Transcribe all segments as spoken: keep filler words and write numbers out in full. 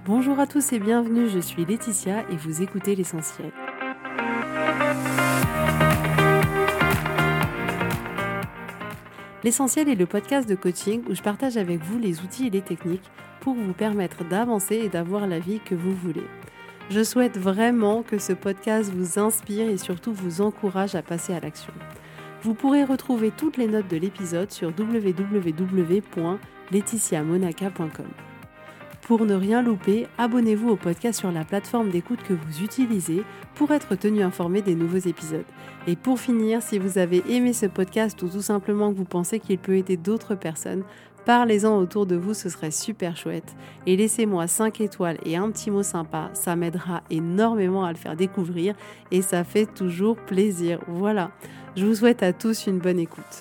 Bonjour à tous et bienvenue, je suis Laetitia et vous écoutez L'Essentiel. L'Essentiel est le podcast de coaching où je partage avec vous les outils et les techniques pour vous permettre d'avancer et d'avoir la vie que vous voulez. Je souhaite vraiment que ce podcast vous inspire et surtout vous encourage à passer à l'action. Vous pourrez retrouver toutes les notes de l'épisode sur w w w point laetitia monaca point com. Pour ne rien louper, abonnez-vous au podcast sur la plateforme d'écoute que vous utilisez pour être tenu informé des nouveaux épisodes. Et pour finir, si vous avez aimé ce podcast ou tout simplement que vous pensez qu'il peut aider d'autres personnes, parlez-en autour de vous, ce serait super chouette. Et laissez-moi cinq étoiles et un petit mot sympa, ça m'aidera énormément à le faire découvrir et ça fait toujours plaisir. Voilà, je vous souhaite à tous une bonne écoute.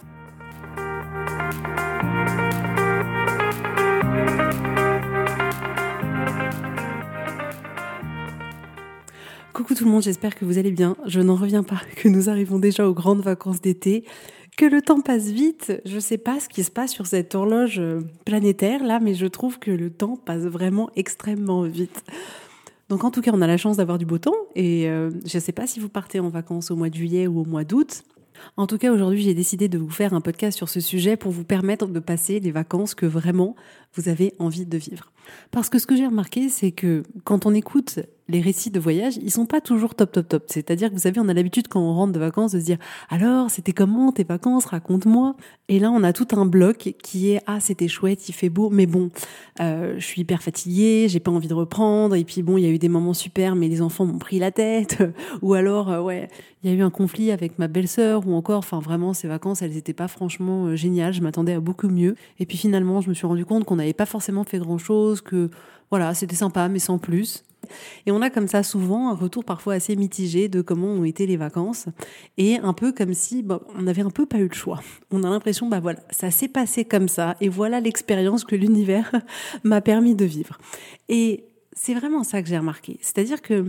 Coucou tout le monde, j'espère que vous allez bien. Je n'en reviens pas que nous arrivons déjà aux grandes vacances d'été, que le temps passe vite. Je ne sais pas ce qui se passe sur cette horloge planétaire là, mais je trouve que le temps passe vraiment extrêmement vite. Donc en tout cas, on a la chance d'avoir du beau temps et euh, je ne sais pas si vous partez en vacances au mois de juillet ou au mois d'août. En tout cas, aujourd'hui, j'ai décidé de vous faire un podcast sur ce sujet pour vous permettre de passer les vacances que vraiment vous avez envie de vivre. Parce que ce que j'ai remarqué, c'est que quand on écoute les récits de voyage, ils sont pas toujours top, top, top. C'est-à-dire que vous savez, on a l'habitude quand on rentre de vacances de se dire « Alors, c'était comment tes vacances ? Raconte-moi ». Et là, on a tout un bloc qui est « Ah, c'était chouette, il fait beau, mais bon, euh, je suis hyper fatiguée, j'ai pas envie de reprendre. Et puis bon, il y a eu des moments super, mais les enfants m'ont pris la tête. » Ou alors, euh, ouais, il y a eu un conflit avec ma belle-sœur ou encore, enfin vraiment, ces vacances, elles étaient pas franchement euh, géniales. Je m'attendais à beaucoup mieux. Et puis finalement, je me suis rendu compte qu'on n'avait pas forcément fait grand-chose, que voilà, c'était sympa, mais sans plus. Et on a comme ça souvent un retour parfois assez mitigé de comment ont été les vacances et un peu comme si bah, on n'avait un peu pas eu le choix. On a l'impression, bah voilà, ça s'est passé comme ça et voilà l'expérience que l'univers m'a permis de vivre. Et c'est vraiment ça que j'ai remarqué. C'est-à-dire que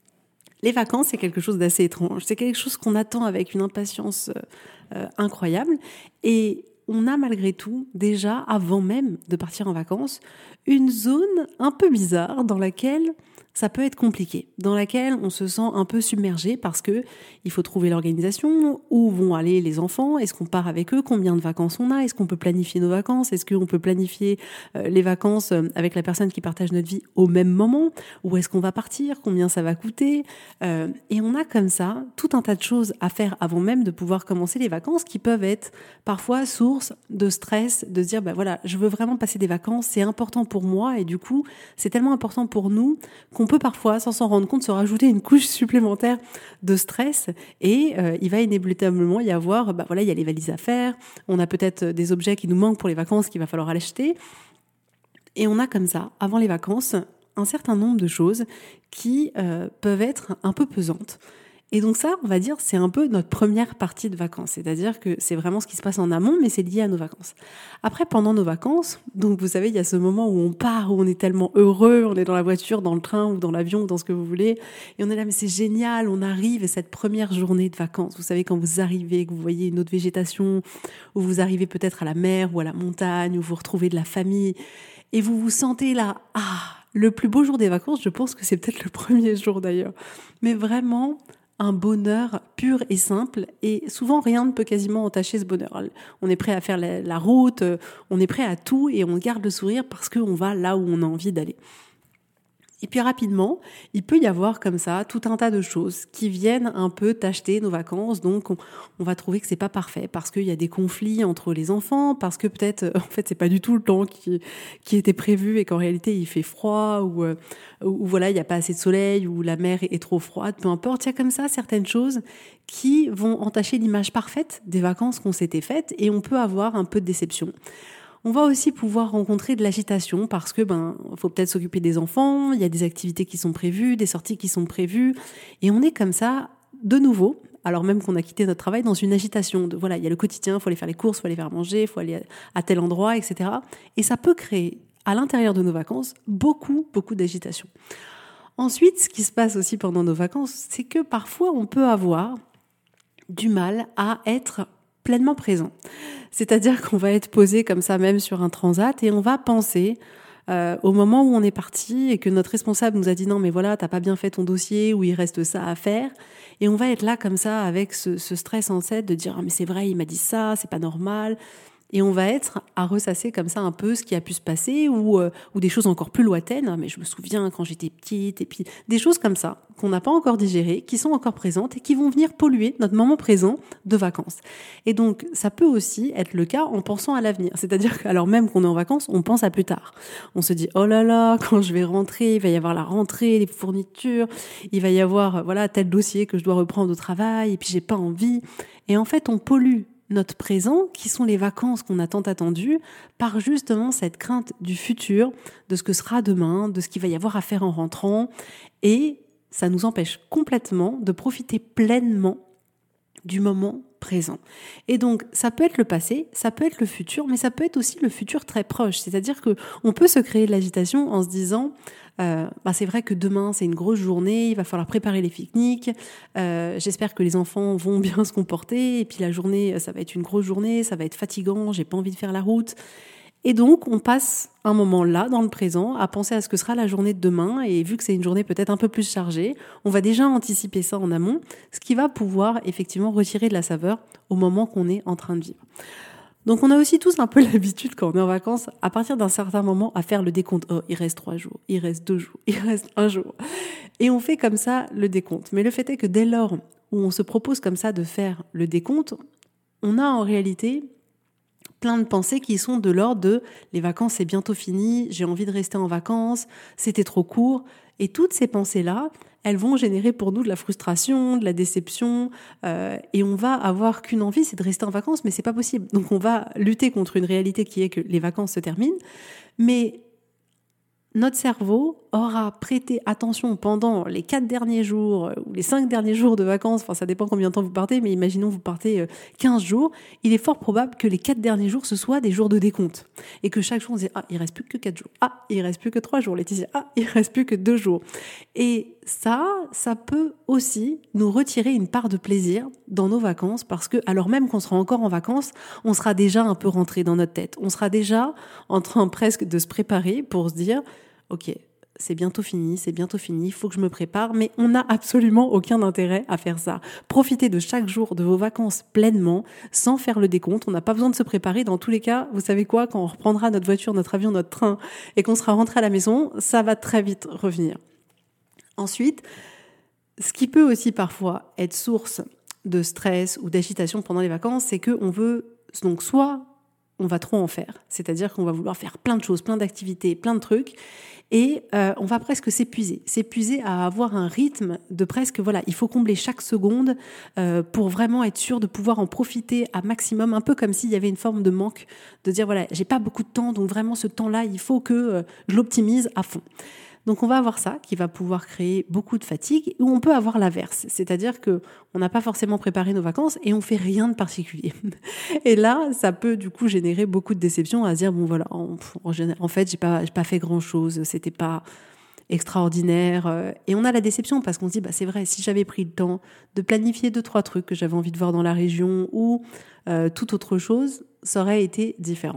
les vacances, c'est quelque chose d'assez étrange. C'est quelque chose qu'on attend avec une impatience euh, incroyable et on a malgré tout, déjà avant même de partir en vacances, une zone un peu bizarre dans laquelle ça peut être compliqué, dans laquelle on se sent un peu submergé parce que il faut trouver l'organisation, où vont aller les enfants, est-ce qu'on part avec eux, combien de vacances on a, est-ce qu'on peut planifier nos vacances, est-ce qu'on peut planifier euh, les vacances avec la personne qui partage notre vie au même moment, où est-ce qu'on va partir, combien ça va coûter, euh, et on a comme ça tout un tas de choses à faire avant même de pouvoir commencer les vacances qui peuvent être parfois source de stress, de se dire bah voilà, je veux vraiment passer des vacances, c'est important pour moi et du coup c'est tellement important pour nous qu'on On peut parfois, sans s'en rendre compte, se rajouter une couche supplémentaire de stress et euh, il va inévitablement y avoir, bah voilà, il y a les valises à faire, on a peut-être des objets qui nous manquent pour les vacances qu'il va falloir aller acheter et on a comme ça, avant les vacances, un certain nombre de choses qui euh, peuvent être un peu pesantes. Et donc ça, on va dire, c'est un peu notre première partie de vacances. C'est-à-dire que c'est vraiment ce qui se passe en amont, mais c'est lié à nos vacances. Après, pendant nos vacances, donc vous savez, il y a ce moment où on part, où on est tellement heureux, on est dans la voiture, dans le train ou dans l'avion ou dans ce que vous voulez. Et on est là, mais c'est génial, on arrive et cette première journée de vacances. Vous savez, quand vous arrivez, que vous voyez une autre végétation, où vous arrivez peut-être à la mer ou à la montagne, où vous retrouvez de la famille. Et vous vous sentez là, ah, le plus beau jour des vacances, je pense que c'est peut-être le premier jour d'ailleurs. Mais vraiment un bonheur pur et simple et souvent rien ne peut quasiment entacher ce bonheur. On est prêt à faire la, la route, on est prêt à tout et on garde le sourire parce qu'on va là où on a envie d'aller. Et puis rapidement, il peut y avoir comme ça tout un tas de choses qui viennent un peu tacheter nos vacances. Donc on, on va trouver que c'est pas parfait parce qu'il y a des conflits entre les enfants, parce que peut-être en fait c'est pas du tout le temps qui qui était prévu et qu'en réalité il fait froid ou euh, ou voilà il y a pas assez de soleil ou la mer est trop froide. Peu importe, il y a comme ça certaines choses qui vont entacher l'image parfaite des vacances qu'on s'était faites et on peut avoir un peu de déception. On va aussi pouvoir rencontrer de l'agitation parce que ben faut peut-être s'occuper des enfants, il y a des activités qui sont prévues, des sorties qui sont prévues et on est comme ça de nouveau, alors même qu'on a quitté notre travail, dans une agitation de voilà, il y a le quotidien, il faut aller faire les courses, il faut aller faire manger, il faut aller à tel endroit, et cetera. Et ça peut créer à l'intérieur de nos vacances beaucoup, beaucoup d'agitation. Ensuite, ce qui se passe aussi pendant nos vacances, c'est que parfois on peut avoir du mal à être pleinement présent. C'est-à-dire qu'on va être posé comme ça même sur un transat et on va penser euh, au moment où on est parti et que notre responsable nous a dit non mais voilà, t'as pas bien fait ton dossier ou il reste ça à faire, et on va être là comme ça avec ce, ce stress en tête de dire ah mais c'est vrai, il m'a dit ça, c'est pas normal. Et on va être à ressasser comme ça un peu ce qui a pu se passer ou, euh, ou des choses encore plus lointaines. Mais je me souviens quand j'étais petite et puis des choses comme ça qu'on n'a pas encore digérées, qui sont encore présentes et qui vont venir polluer notre moment présent de vacances. Et donc, ça peut aussi être le cas en pensant à l'avenir. C'est-à-dire qu'alors même qu'on est en vacances, on pense à plus tard. On se dit, oh là là, quand je vais rentrer, il va y avoir la rentrée, les fournitures, il va y avoir, voilà, tel dossier que je dois reprendre au travail et puis j'ai pas envie. Et en fait, on pollue notre présent, qui sont les vacances qu'on a tant attendues, par justement cette crainte du futur, de ce que sera demain, de ce qu'il va y avoir à faire en rentrant. Et ça nous empêche complètement de profiter pleinement du moment présent. Et donc, ça peut être le passé, ça peut être le futur, mais ça peut être aussi le futur très proche. C'est-à-dire que on peut se créer de l'agitation en se disant euh, bah c'est vrai que demain, c'est une grosse journée, il va falloir préparer les pique-niques, euh, j'espère que les enfants vont bien se comporter, et puis la journée, ça va être une grosse journée, ça va être fatigant, j'ai pas envie de faire la route. Et donc, on passe un moment là, dans le présent, à penser à ce que sera la journée de demain. Et vu que c'est une journée peut-être un peu plus chargée, on va déjà anticiper ça en amont, ce qui va pouvoir effectivement retirer de la saveur au moment qu'on est en train de vivre. Donc, on a aussi tous un peu l'habitude, quand on est en vacances, à partir d'un certain moment, à faire le décompte. Oh, il reste trois jours, il reste deux jours, il reste un jour. Et on fait comme ça le décompte. Mais le fait est que dès lors où on se propose comme ça de faire le décompte, on a en réalité plein de pensées qui sont de l'ordre de les vacances c'est bientôt fini, j'ai envie de rester en vacances, c'était trop court. Et toutes ces pensées-là, elles vont générer pour nous de la frustration, de la déception, euh, et on va avoir qu'une envie, c'est de rester en vacances, mais c'est pas possible. Donc on va lutter contre une réalité qui est que les vacances se terminent, mais notre cerveau aura prêté attention pendant les quatre derniers jours ou les cinq derniers jours de vacances, enfin ça dépend combien de temps vous partez, mais imaginons vous partez quinze jours, il est fort probable que les quatre derniers jours ce soient des jours de décompte et que chaque jour on se dise ah il reste plus que quatre jours, ah il reste plus que trois jours, Laetitia, ah il reste plus que deux jours. Et ça, ça peut aussi nous retirer une part de plaisir dans nos vacances parce que alors même qu'on sera encore en vacances, on sera déjà un peu rentré dans notre tête, on sera déjà en train presque de se préparer pour se dire ok, c'est bientôt fini, c'est bientôt fini, il faut que je me prépare, mais on n'a absolument aucun intérêt à faire ça. Profitez de chaque jour de vos vacances pleinement, sans faire le décompte. On n'a pas besoin de se préparer. Dans tous les cas, vous savez quoi, quand on reprendra notre voiture, notre avion, notre train, et qu'on sera rentré à la maison, ça va très vite revenir. Ensuite, ce qui peut aussi parfois être source de stress ou d'agitation pendant les vacances, c'est qu'on veut donc soit on va trop en faire, c'est-à-dire qu'on va vouloir faire plein de choses, plein d'activités, plein de trucs, et euh, on va presque s'épuiser, s'épuiser à avoir un rythme de presque, voilà, il faut combler chaque seconde euh, pour vraiment être sûr de pouvoir en profiter à maximum, un peu comme s'il y avait une forme de manque, de dire voilà, j'ai pas beaucoup de temps, donc vraiment ce temps-là, il faut que euh, je l'optimise à fond. Donc on va avoir ça qui va pouvoir créer beaucoup de fatigue, ou on peut avoir l'inverse, c'est-à-dire que on n'a pas forcément préparé nos vacances et on fait rien de particulier. Et là, ça peut du coup générer beaucoup de déception à se dire bon voilà, en, en, en fait j'ai pas j'ai pas fait grand-chose, c'était pas extraordinaire, et on a la déception parce qu'on se dit bah c'est vrai, si j'avais pris le temps de planifier deux trois trucs que j'avais envie de voir dans la région ou euh, toute autre chose, ça aurait été différent.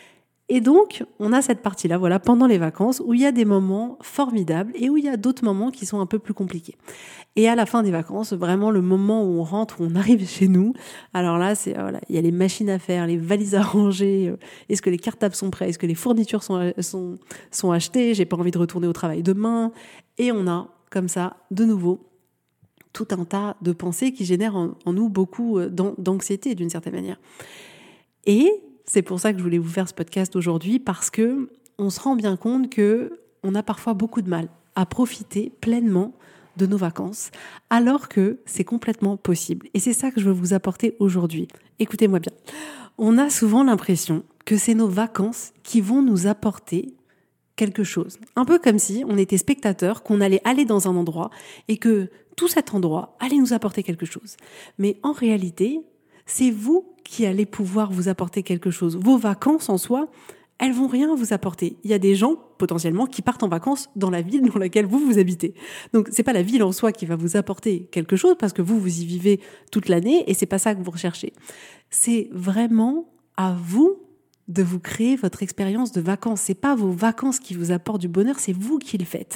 Et donc, on a cette partie-là, voilà, pendant les vacances, où il y a des moments formidables et où il y a d'autres moments qui sont un peu plus compliqués. Et à la fin des vacances, vraiment le moment où on rentre, où on arrive chez nous, alors là, c'est voilà, il y a les machines à faire, les valises à ranger, est-ce que les cartables sont prêts, est-ce que les fournitures sont, sont, sont achetées, j'ai pas envie de retourner au travail demain. Et on a, comme ça, de nouveau, tout un tas de pensées qui génèrent en, en nous beaucoup d'anxiété, d'une certaine manière. Et c'est pour ça que je voulais vous faire ce podcast aujourd'hui, parce que on se rend bien compte que on a parfois beaucoup de mal à profiter pleinement de nos vacances, alors que c'est complètement possible. Et c'est ça que je veux vous apporter aujourd'hui. Écoutez-moi bien. On a souvent l'impression que c'est nos vacances qui vont nous apporter quelque chose. Un peu comme si on était spectateur, qu'on allait aller dans un endroit et que tout cet endroit allait nous apporter quelque chose. Mais en réalité, c'est vous qui allez pouvoir vous apporter quelque chose. Vos vacances en soi, elles vont rien vous apporter. Il y a des gens, potentiellement, qui partent en vacances dans la ville dans laquelle vous, vous habitez. Donc, c'est pas la ville en soi qui va vous apporter quelque chose parce que vous, vous y vivez toute l'année et c'est pas ça que vous recherchez. C'est vraiment à vous de vous créer votre expérience de vacances. C'est pas vos vacances qui vous apportent du bonheur, c'est vous qui le faites.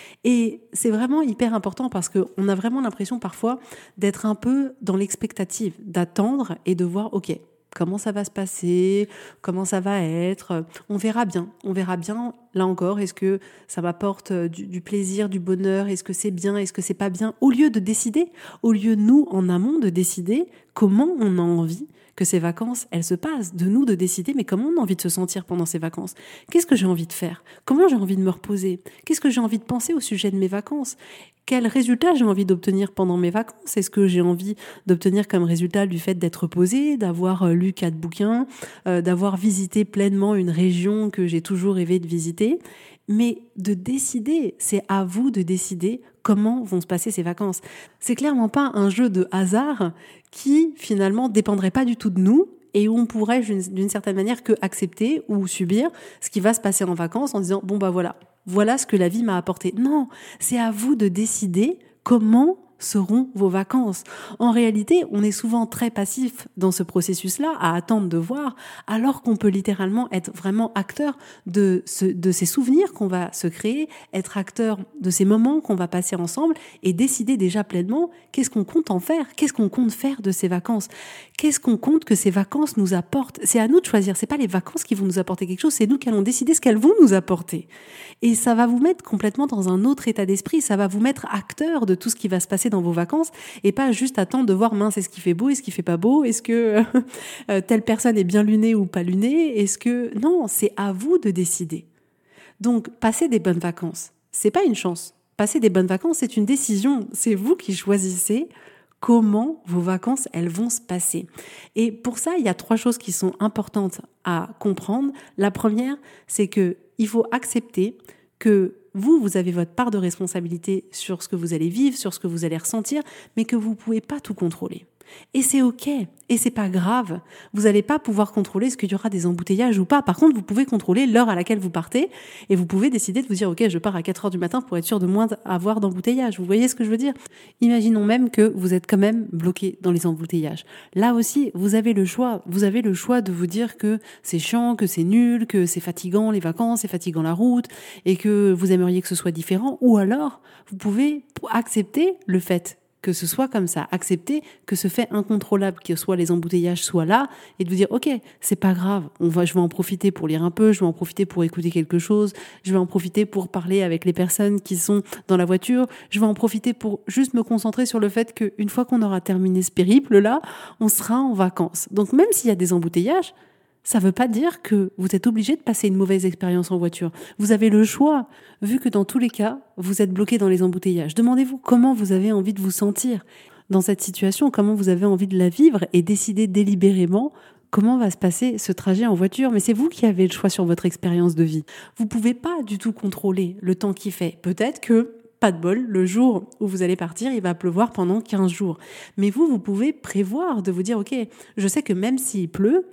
Et c'est vraiment hyper important parce qu'on a vraiment l'impression parfois d'être un peu dans l'expectative, d'attendre et de voir, ok, comment ça va se passer, comment ça va être, on verra bien, on verra bien, là encore, est-ce que ça m'apporte du, du plaisir, du bonheur, est-ce que c'est bien, est-ce que c'est pas bien, au lieu de décider, au lieu nous, en amont, de décider comment on a envie que ces vacances, elles se passent, de nous de décider, mais comment on a envie de se sentir pendant ces vacances? Qu'est-ce que j'ai envie de faire? Comment j'ai envie de me reposer? Qu'est-ce que j'ai envie de penser au sujet de mes vacances? Quel résultat j'ai envie d'obtenir pendant mes vacances? Est-ce que j'ai envie d'obtenir comme résultat du fait d'être posé, d'avoir lu quatre bouquins, euh, d'avoir visité pleinement une région que j'ai toujours rêvé de visiter? Mais de décider, c'est à vous de décider comment vont se passer ces vacances. C'est clairement pas un jeu de hasard qui finalement dépendrait pas du tout de nous et où on pourrait d'une certaine manière que accepter ou subir ce qui va se passer en vacances en disant bon bah voilà, voilà ce que la vie m'a apporté. Non, c'est à vous de décider comment seront vos vacances. En réalité, on est souvent très passif dans ce processus-là, à attendre de voir, alors qu'on peut littéralement être vraiment acteur de, ce, de ces souvenirs qu'on va se créer, être acteur de ces moments qu'on va passer ensemble et décider déjà pleinement qu'est-ce qu'on compte en faire, qu'est-ce qu'on compte faire de ces vacances, qu'est-ce qu'on compte que ces vacances nous apportent. C'est à nous de choisir, c'est pas les vacances qui vont nous apporter quelque chose, c'est nous qui allons décider ce qu'elles vont nous apporter. Et ça va vous mettre complètement dans un autre état d'esprit, ça va vous mettre acteur de tout ce qui va se passer dans vos vacances et pas juste attendre de voir mince, est-ce qu'il fait beau, est-ce qu'il fait pas beau, est-ce que euh, telle personne est bien lunée ou pas lunée, est-ce que... Non, c'est à vous de décider. Donc, passer des bonnes vacances, c'est pas une chance. Passer des bonnes vacances, c'est une décision. C'est vous qui choisissez comment vos vacances, elles vont se passer. Et pour ça, il y a trois choses qui sont importantes à comprendre. La première, c'est que il faut accepter que vous, vous avez votre part de responsabilité sur ce que vous allez vivre, sur ce que vous allez ressentir, mais que vous ne pouvez pas tout contrôler. Et c'est ok, et c'est pas grave. Vous n'allez pas pouvoir contrôler ce qu'il y aura des embouteillages ou pas. Par contre, vous pouvez contrôler l'heure à laquelle vous partez, et vous pouvez décider de vous dire, ok, je pars à quatre heures du matin pour être sûr de moins avoir d'embouteillages. Vous voyez ce que je veux dire? Imaginons même que vous êtes quand même bloqué dans les embouteillages. Là aussi, vous avez le choix. Vous avez le choix de vous dire que c'est chiant, que c'est nul, que c'est fatigant les vacances, c'est fatigant la route, et que vous aimeriez que ce soit différent. Ou alors, vous pouvez accepter le fait que ce soit comme ça, accepter que ce fait incontrôlable, que soit les embouteillages soient là, et de vous dire, ok, c'est pas grave, on va, je vais en profiter pour lire un peu, je vais en profiter pour écouter quelque chose, je vais en profiter pour parler avec les personnes qui sont dans la voiture, je vais en profiter pour juste me concentrer sur le fait qu'une fois qu'on aura terminé ce périple-là, on sera en vacances. Donc même s'il y a des embouteillages, ça ne veut pas dire que vous êtes obligé de passer une mauvaise expérience en voiture. Vous avez le choix, vu que dans tous les cas, vous êtes bloqué dans les embouteillages. Demandez-vous comment vous avez envie de vous sentir dans cette situation, comment vous avez envie de la vivre et décidez délibérément comment va se passer ce trajet en voiture. Mais c'est vous qui avez le choix sur votre expérience de vie. Vous ne pouvez pas du tout contrôler le temps qu'il fait. Peut-être que pas de bol, le jour où vous allez partir, il va pleuvoir pendant quinze jours. Mais vous, vous pouvez prévoir de vous dire, ok, je sais que même s'il pleut,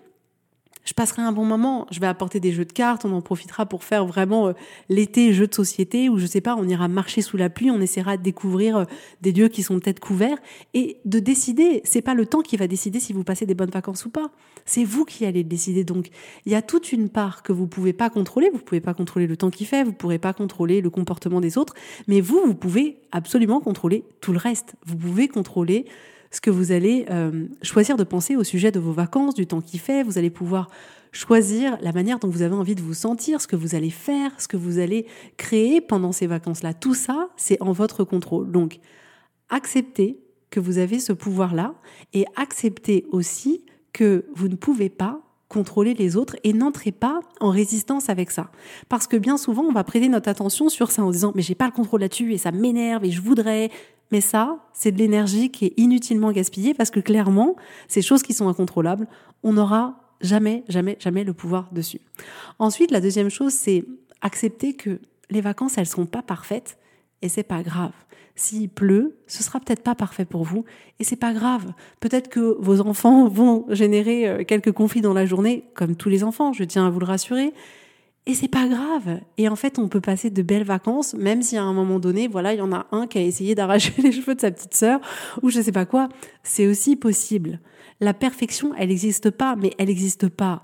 je passerai un bon moment, je vais apporter des jeux de cartes, on en profitera pour faire vraiment euh, l'été jeu de société ou je sais pas, on ira marcher sous la pluie, on essaiera de découvrir euh, des lieux qui sont peut-être couverts et de décider, c'est pas le temps qui va décider si vous passez des bonnes vacances ou pas, c'est vous qui allez le décider. Donc il y a toute une part que vous pouvez pas contrôler, vous pouvez pas contrôler le temps qu'il fait, vous pourrez pas contrôler le comportement des autres, mais vous, vous pouvez absolument contrôler tout le reste. Vous pouvez contrôler ce que vous allez euh, choisir de penser au sujet de vos vacances, du temps qu'il fait. Vous allez pouvoir choisir la manière dont vous avez envie de vous sentir, ce que vous allez faire, ce que vous allez créer pendant ces vacances-là. Tout ça, c'est en votre contrôle. Donc, acceptez que vous avez ce pouvoir-là et acceptez aussi que vous ne pouvez pas contrôler les autres et n'entrez pas en résistance avec ça. Parce que bien souvent, on va prêter notre attention sur ça en disant « mais j'ai pas le contrôle là-dessus et ça m'énerve et je voudrais ». Mais ça, c'est de l'énergie qui est inutilement gaspillée parce que clairement, ces choses qui sont incontrôlables, on n'aura jamais, jamais, jamais le pouvoir dessus. Ensuite, la deuxième chose, c'est accepter que les vacances, elles seront pas parfaites et c'est pas grave. S'il pleut, ce sera peut-être pas parfait pour vous et c'est pas grave. Peut-être que vos enfants vont générer quelques conflits dans la journée, comme tous les enfants, je tiens à vous le rassurer. Et c'est pas grave. Et en fait, on peut passer de belles vacances, même si à un moment donné, voilà, il y en a un qui a essayé d'arracher les cheveux de sa petite sœur, ou je sais pas quoi. C'est aussi possible. La perfection, elle n'existe pas, mais elle n'existe pas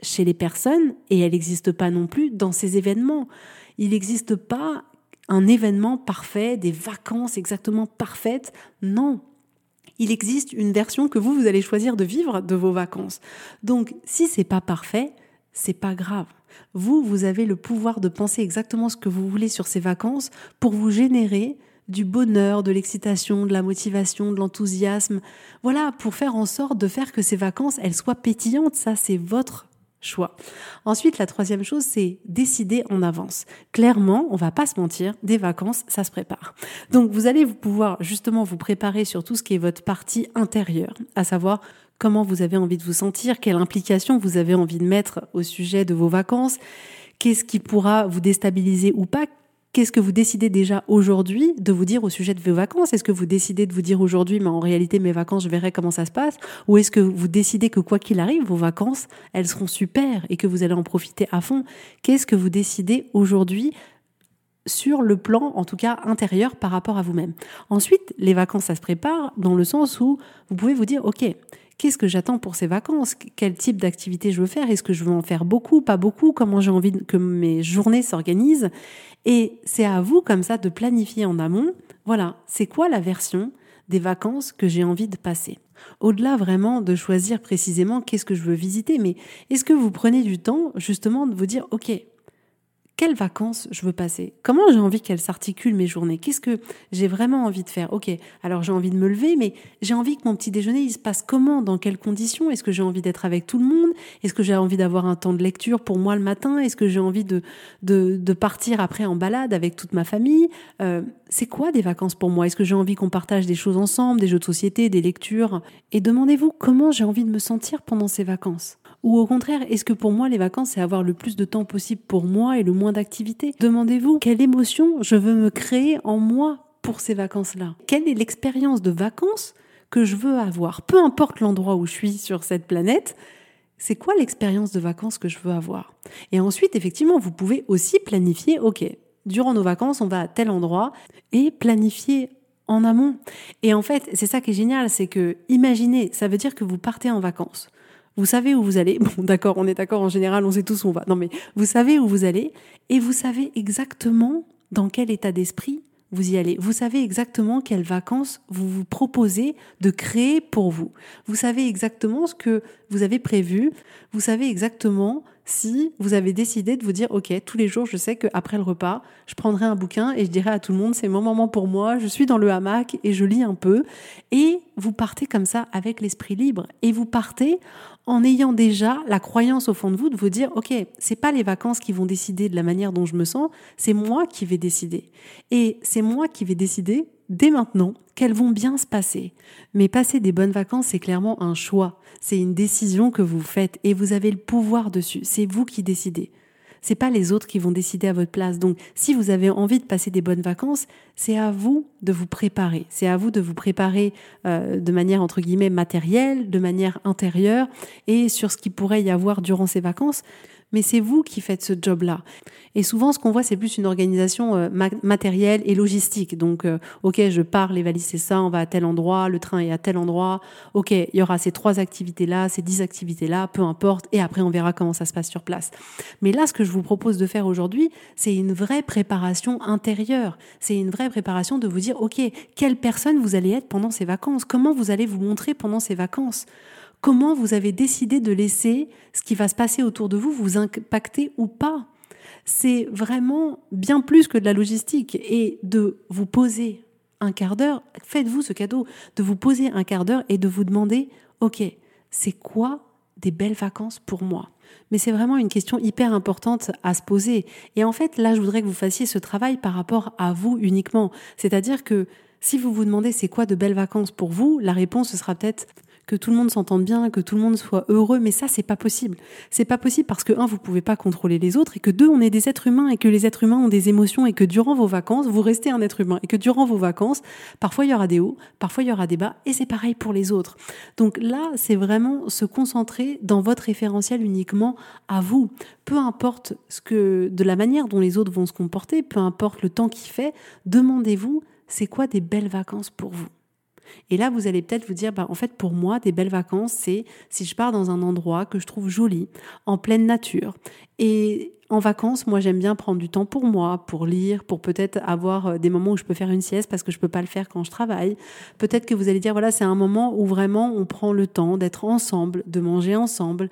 chez les personnes et elle n'existe pas non plus dans ces événements. Il n'existe pas un événement parfait, des vacances exactement parfaites. Non. Il existe une version que vous, vous allez choisir de vivre de vos vacances. Donc, si c'est pas parfait, c'est pas grave. Vous, vous avez le pouvoir de penser exactement ce que vous voulez sur ces vacances pour vous générer du bonheur, de l'excitation, de la motivation, de l'enthousiasme. Voilà, pour faire en sorte de faire que ces vacances, elles soient pétillantes. Ça, c'est votre choix. Ensuite, la troisième chose, c'est décider en avance. Clairement, on va pas se mentir, des vacances, ça se prépare. Donc, vous allez pouvoir justement vous préparer sur tout ce qui est votre partie intérieure, à savoir comment vous avez envie de vous sentir, quelle implication vous avez envie de mettre au sujet de vos vacances, qu'est-ce qui pourra vous déstabiliser ou pas. Qu'est-ce que vous décidez déjà aujourd'hui de vous dire au sujet de vos vacances ? Est-ce que vous décidez de vous dire aujourd'hui, mais en réalité, mes vacances, je verrai comment ça se passe ? Ou est-ce que vous décidez que quoi qu'il arrive, vos vacances, elles seront super et que vous allez en profiter à fond ? Qu'est-ce que vous décidez aujourd'hui sur le plan, en tout cas intérieur, par rapport à vous-même ? Ensuite, les vacances, ça se prépare dans le sens où vous pouvez vous dire, ok, qu'est-ce que j'attends pour ces vacances ? Quel type d'activité je veux faire ? Est-ce que je veux en faire beaucoup, pas beaucoup ? Comment j'ai envie que mes journées s'organisent ? Et c'est à vous, comme ça, de planifier en amont. Voilà, c'est quoi la version des vacances que j'ai envie de passer ? Au-delà vraiment de choisir précisément qu'est-ce que je veux visiter, mais est-ce que vous prenez du temps justement de vous dire, ok, quelles vacances je veux passer ? Comment j'ai envie qu'elles s'articulent mes journées ? Qu'est-ce que j'ai vraiment envie de faire ? Ok, alors j'ai envie de me lever, mais j'ai envie que mon petit déjeuner, il se passe comment ? Dans quelles conditions ? Est-ce que j'ai envie d'être avec tout le monde ? Est-ce que j'ai envie d'avoir un temps de lecture pour moi le matin ? Est-ce que j'ai envie de, de, de partir après en balade avec toute ma famille ? euh, C'est quoi des vacances pour moi ? Est-ce que j'ai envie qu'on partage des choses ensemble, des jeux de société, des lectures ? Et demandez-vous comment j'ai envie de me sentir pendant ces vacances ? Ou au contraire, est-ce que pour moi, les vacances, c'est avoir le plus de temps possible pour moi et le moins d'activités ? Demandez-vous quelle émotion je veux me créer en moi pour ces vacances-là. Quelle est l'expérience de vacances que je veux avoir ? Peu importe l'endroit où je suis sur cette planète, c'est quoi l'expérience de vacances que je veux avoir ? Et ensuite, effectivement, vous pouvez aussi planifier, ok, durant nos vacances, on va à tel endroit et planifier en amont. Et en fait, c'est ça qui est génial, c'est que, imaginez, ça veut dire que vous partez en vacances. Vous savez où vous allez. Bon, d'accord, on est d'accord, en général, on sait tous où on va. Non, mais vous savez où vous allez et vous savez exactement dans quel état d'esprit vous y allez. Vous savez exactement quelles vacances vous vous proposez de créer pour vous. Vous savez exactement ce que vous avez prévu. Vous savez exactement si vous avez décidé de vous dire, ok, tous les jours, je sais qu'après le repas, je prendrai un bouquin et je dirai à tout le monde, c'est mon moment pour moi, je suis dans le hamac et je lis un peu. Et vous partez comme ça avec l'esprit libre. Et vous partez en ayant déjà la croyance au fond de vous de vous dire, ok, c'est pas les vacances qui vont décider de la manière dont je me sens, c'est moi qui vais décider. Et c'est moi qui vais décider dès maintenant qu'elles vont bien se passer. Mais passer des bonnes vacances, c'est clairement un choix. C'est une décision que vous faites et vous avez le pouvoir dessus. C'est vous qui décidez. C'est pas les autres qui vont décider à votre place. Donc, si vous avez envie de passer des bonnes vacances, c'est à vous de vous préparer. C'est à vous de vous préparer euh, de manière, entre guillemets, matérielle, de manière intérieure et sur ce qu'il pourrait y avoir durant ces vacances. Mais c'est vous qui faites ce job-là. Et souvent, ce qu'on voit, c'est plus une organisation euh, ma- matérielle et logistique. Donc, euh, ok, je pars, les valises, c'est ça, on va à tel endroit, le train est à tel endroit. Ok, il y aura ces trois activités-là, ces dix activités-là, peu importe. Et après, on verra comment ça se passe sur place. Mais là, ce que je vous propose de faire aujourd'hui, c'est une vraie préparation intérieure. C'est une vraie préparation de vous dire, ok, quelle personne vous allez être pendant ces vacances ? Comment vous allez vous montrer pendant ces vacances ? Comment vous avez décidé de laisser ce qui va se passer autour de vous vous impacter ou pas ? C'est vraiment bien plus que de la logistique. Et de vous poser un quart d'heure, faites-vous ce cadeau, de vous poser un quart d'heure et de vous demander, ok, c'est quoi des belles vacances pour moi ? Mais c'est vraiment une question hyper importante à se poser. Et en fait, là, je voudrais que vous fassiez ce travail par rapport à vous uniquement. C'est-à-dire que si vous vous demandez c'est quoi de belles vacances pour vous, la réponse ce sera peut-être que tout le monde s'entende bien, que tout le monde soit heureux, mais ça, c'est pas possible. C'est pas possible parce que, un, vous pouvez pas contrôler les autres, et que deux, on est des êtres humains, et que les êtres humains ont des émotions, et que durant vos vacances, vous restez un être humain, et que durant vos vacances, parfois il y aura des hauts, parfois il y aura des bas, et c'est pareil pour les autres. Donc là, c'est vraiment se concentrer dans votre référentiel uniquement à vous. Peu importe ce que, de la manière dont les autres vont se comporter, peu importe le temps qu'il fait, demandez-vous, c'est quoi des belles vacances pour vous ? Et là, vous allez peut-être vous dire, bah, en fait, pour moi, des belles vacances, c'est si je pars dans un endroit que je trouve joli, en pleine nature. Et en vacances, moi, j'aime bien prendre du temps pour moi, pour lire, pour peut-être avoir des moments où je peux faire une sieste parce que je peux pas le faire quand je travaille. Peut-être que vous allez dire, voilà, c'est un moment où vraiment on prend le temps d'être ensemble, de manger ensemble,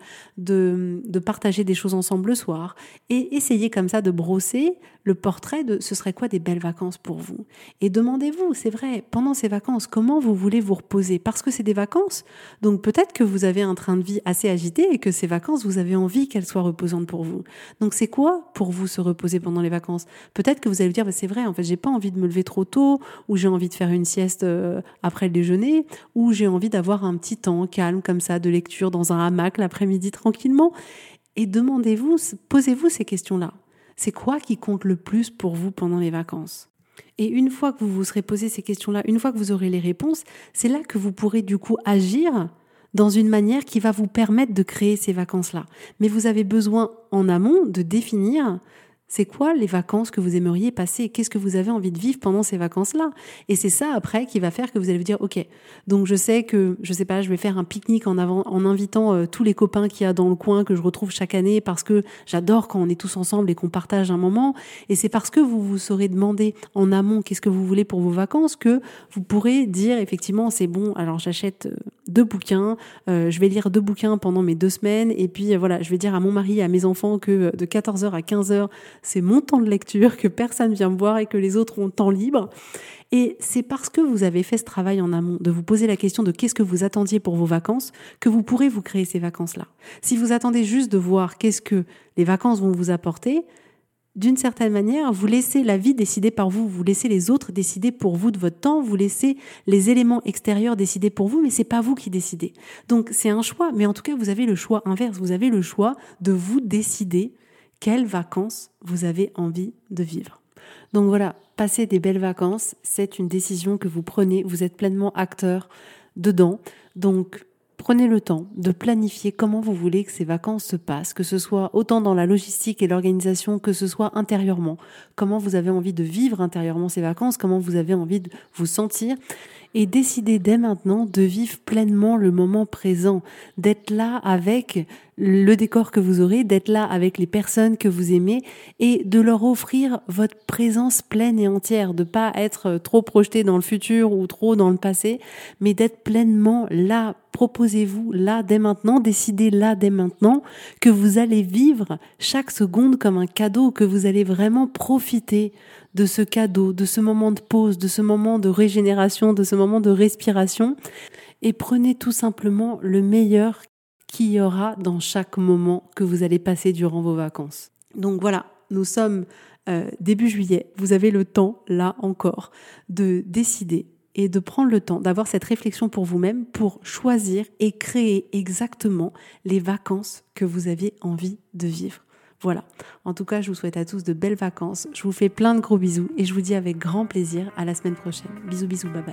de, de partager des choses ensemble le soir. Et essayez comme ça de brosser le portrait de ce serait quoi des belles vacances pour vous. Et demandez-vous, c'est vrai, pendant ces vacances, comment vous voulez vous reposer? Parce que c'est des vacances. Donc peut-être que vous avez un train de vie assez agité et que ces vacances, vous avez envie qu'elles soient reposantes pour vous. Donc c'est quoi pour vous se reposer pendant les vacances? Peut-être que vous allez vous dire, bah, c'est vrai, en fait, j'ai pas envie de me lever trop tôt, ou j'ai envie de faire une sieste euh, après le déjeuner, ou j'ai envie d'avoir un petit temps calme comme ça de lecture dans un hamac l'après-midi tranquillement. Et demandez-vous, posez-vous ces questions-là. C'est quoi qui compte le plus pour vous pendant les vacances? Et une fois que vous vous serez posé ces questions-là, une fois que vous aurez les réponses, c'est là que vous pourrez du coup agir dans une manière qui va vous permettre de créer ces vacances-là. Mais vous avez besoin en amont de définir c'est quoi les vacances que vous aimeriez passer? Qu'est-ce que vous avez envie de vivre pendant ces vacances-là? Et c'est ça après qui va faire que vous allez vous dire, ok, donc je sais que, je sais pas, je vais faire un pique-nique en, avant, en invitant euh, tous les copains qu'il y a dans le coin que je retrouve chaque année parce que j'adore quand on est tous ensemble et qu'on partage un moment. Et c'est parce que vous vous saurez demander en amont qu'est-ce que vous voulez pour vos vacances que vous pourrez dire effectivement, c'est bon, alors j'achète deux bouquins, euh, je vais lire deux bouquins pendant mes deux semaines et puis euh, voilà, je vais dire à mon mari et à mes enfants que de quatorze heures à quinze heures, c'est mon temps de lecture, que personne vient me voir et que les autres ont temps libre. Et c'est parce que vous avez fait ce travail en amont, de vous poser la question de qu'est-ce que vous attendiez pour vos vacances, que vous pourrez vous créer ces vacances-là. Si vous attendez juste de voir qu'est-ce que les vacances vont vous apporter, d'une certaine manière, vous laissez la vie décider par vous, vous laissez les autres décider pour vous de votre temps, vous laissez les éléments extérieurs décider pour vous, mais c'est pas vous qui décidez. Donc c'est un choix, mais en tout cas, vous avez le choix inverse, vous avez le choix de vous décider quelles vacances vous avez envie de vivre. Donc voilà, passer des belles vacances, c'est une décision que vous prenez, vous êtes pleinement acteur dedans. Donc prenez le temps de planifier comment vous voulez que ces vacances se passent, que ce soit autant dans la logistique et l'organisation que ce soit intérieurement. Comment vous avez envie de vivre intérieurement ces vacances, comment vous avez envie de vous sentir. Et décidez dès maintenant de vivre pleinement le moment présent, d'être là avec le décor que vous aurez, d'être là avec les personnes que vous aimez et de leur offrir votre présence pleine et entière, de pas être trop projeté dans le futur ou trop dans le passé, mais d'être pleinement là. Proposez-vous là dès maintenant, décidez là dès maintenant que vous allez vivre chaque seconde comme un cadeau, que vous allez vraiment profiter de ce cadeau, de ce moment de pause, de ce moment de régénération, de ce moment de respiration et prenez tout simplement le meilleur qu'il y aura dans chaque moment que vous allez passer durant vos vacances. Donc voilà, nous sommes euh, début juillet, vous avez le temps là encore de décider et de prendre le temps d'avoir cette réflexion pour vous-même pour choisir et créer exactement les vacances que vous avez envie de vivre. Voilà. En tout cas, je vous souhaite à tous de belles vacances. Je vous fais plein de gros bisous et je vous dis avec grand plaisir à la semaine prochaine. Bisous, bisous, bye bye.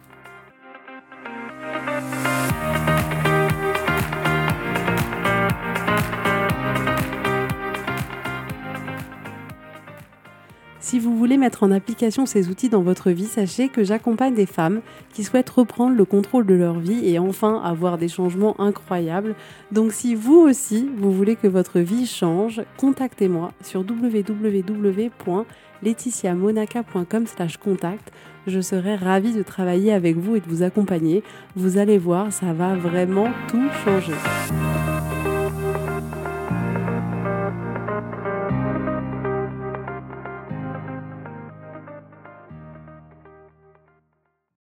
Si vous voulez mettre en application ces outils dans votre vie, sachez que j'accompagne des femmes qui souhaitent reprendre le contrôle de leur vie et enfin avoir des changements incroyables. Donc si vous aussi, vous voulez que votre vie change, contactez-moi sur w w w point laetitia monaca point com slash contact. Je serai ravie de travailler avec vous et de vous accompagner. Vous allez voir, ça va vraiment tout changer.